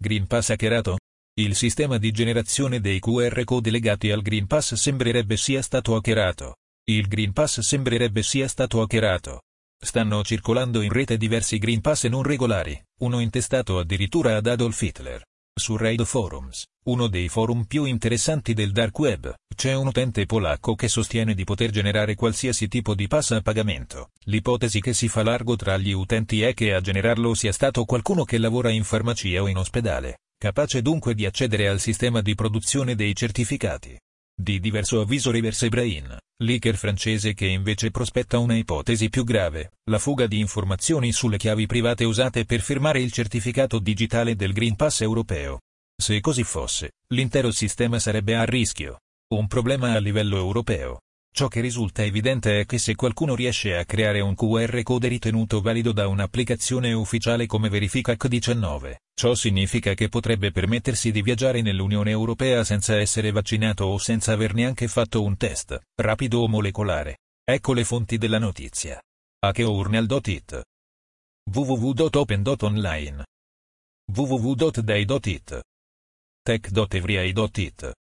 Green Pass hackerato? Il sistema di generazione dei QR code legati al Green Pass sembrerebbe sia stato hackerato. Il Green Pass sembrerebbe sia stato hackerato. Stanno circolando in rete diversi Green Pass non regolari, uno intestato addirittura ad Adolf Hitler. Su Raid Forums, uno dei forum più interessanti del dark web, c'è un utente polacco che sostiene di poter generare qualsiasi tipo di pass a pagamento. L'ipotesi che si fa largo tra gli utenti è che a generarlo sia stato qualcuno che lavora in farmacia o in ospedale, capace dunque di accedere al sistema di produzione dei certificati. Di diverso avviso Reverse Brain, l'hacker francese che invece prospetta una ipotesi più grave, la fuga di informazioni sulle chiavi private usate per firmare il certificato digitale del Green Pass europeo. Se così fosse, l'intero sistema sarebbe a rischio. Un problema a livello europeo. Ciò che risulta evidente è che se qualcuno riesce a creare un QR code ritenuto valido da un'applicazione ufficiale come Verificac19, ciò significa che potrebbe permettersi di viaggiare nell'Unione Europea senza essere vaccinato o senza aver neanche fatto un test, rapido o molecolare. Ecco le fonti della notizia. Hackejournal.it, www.open.online, www.day.it, tech.everyeye.it.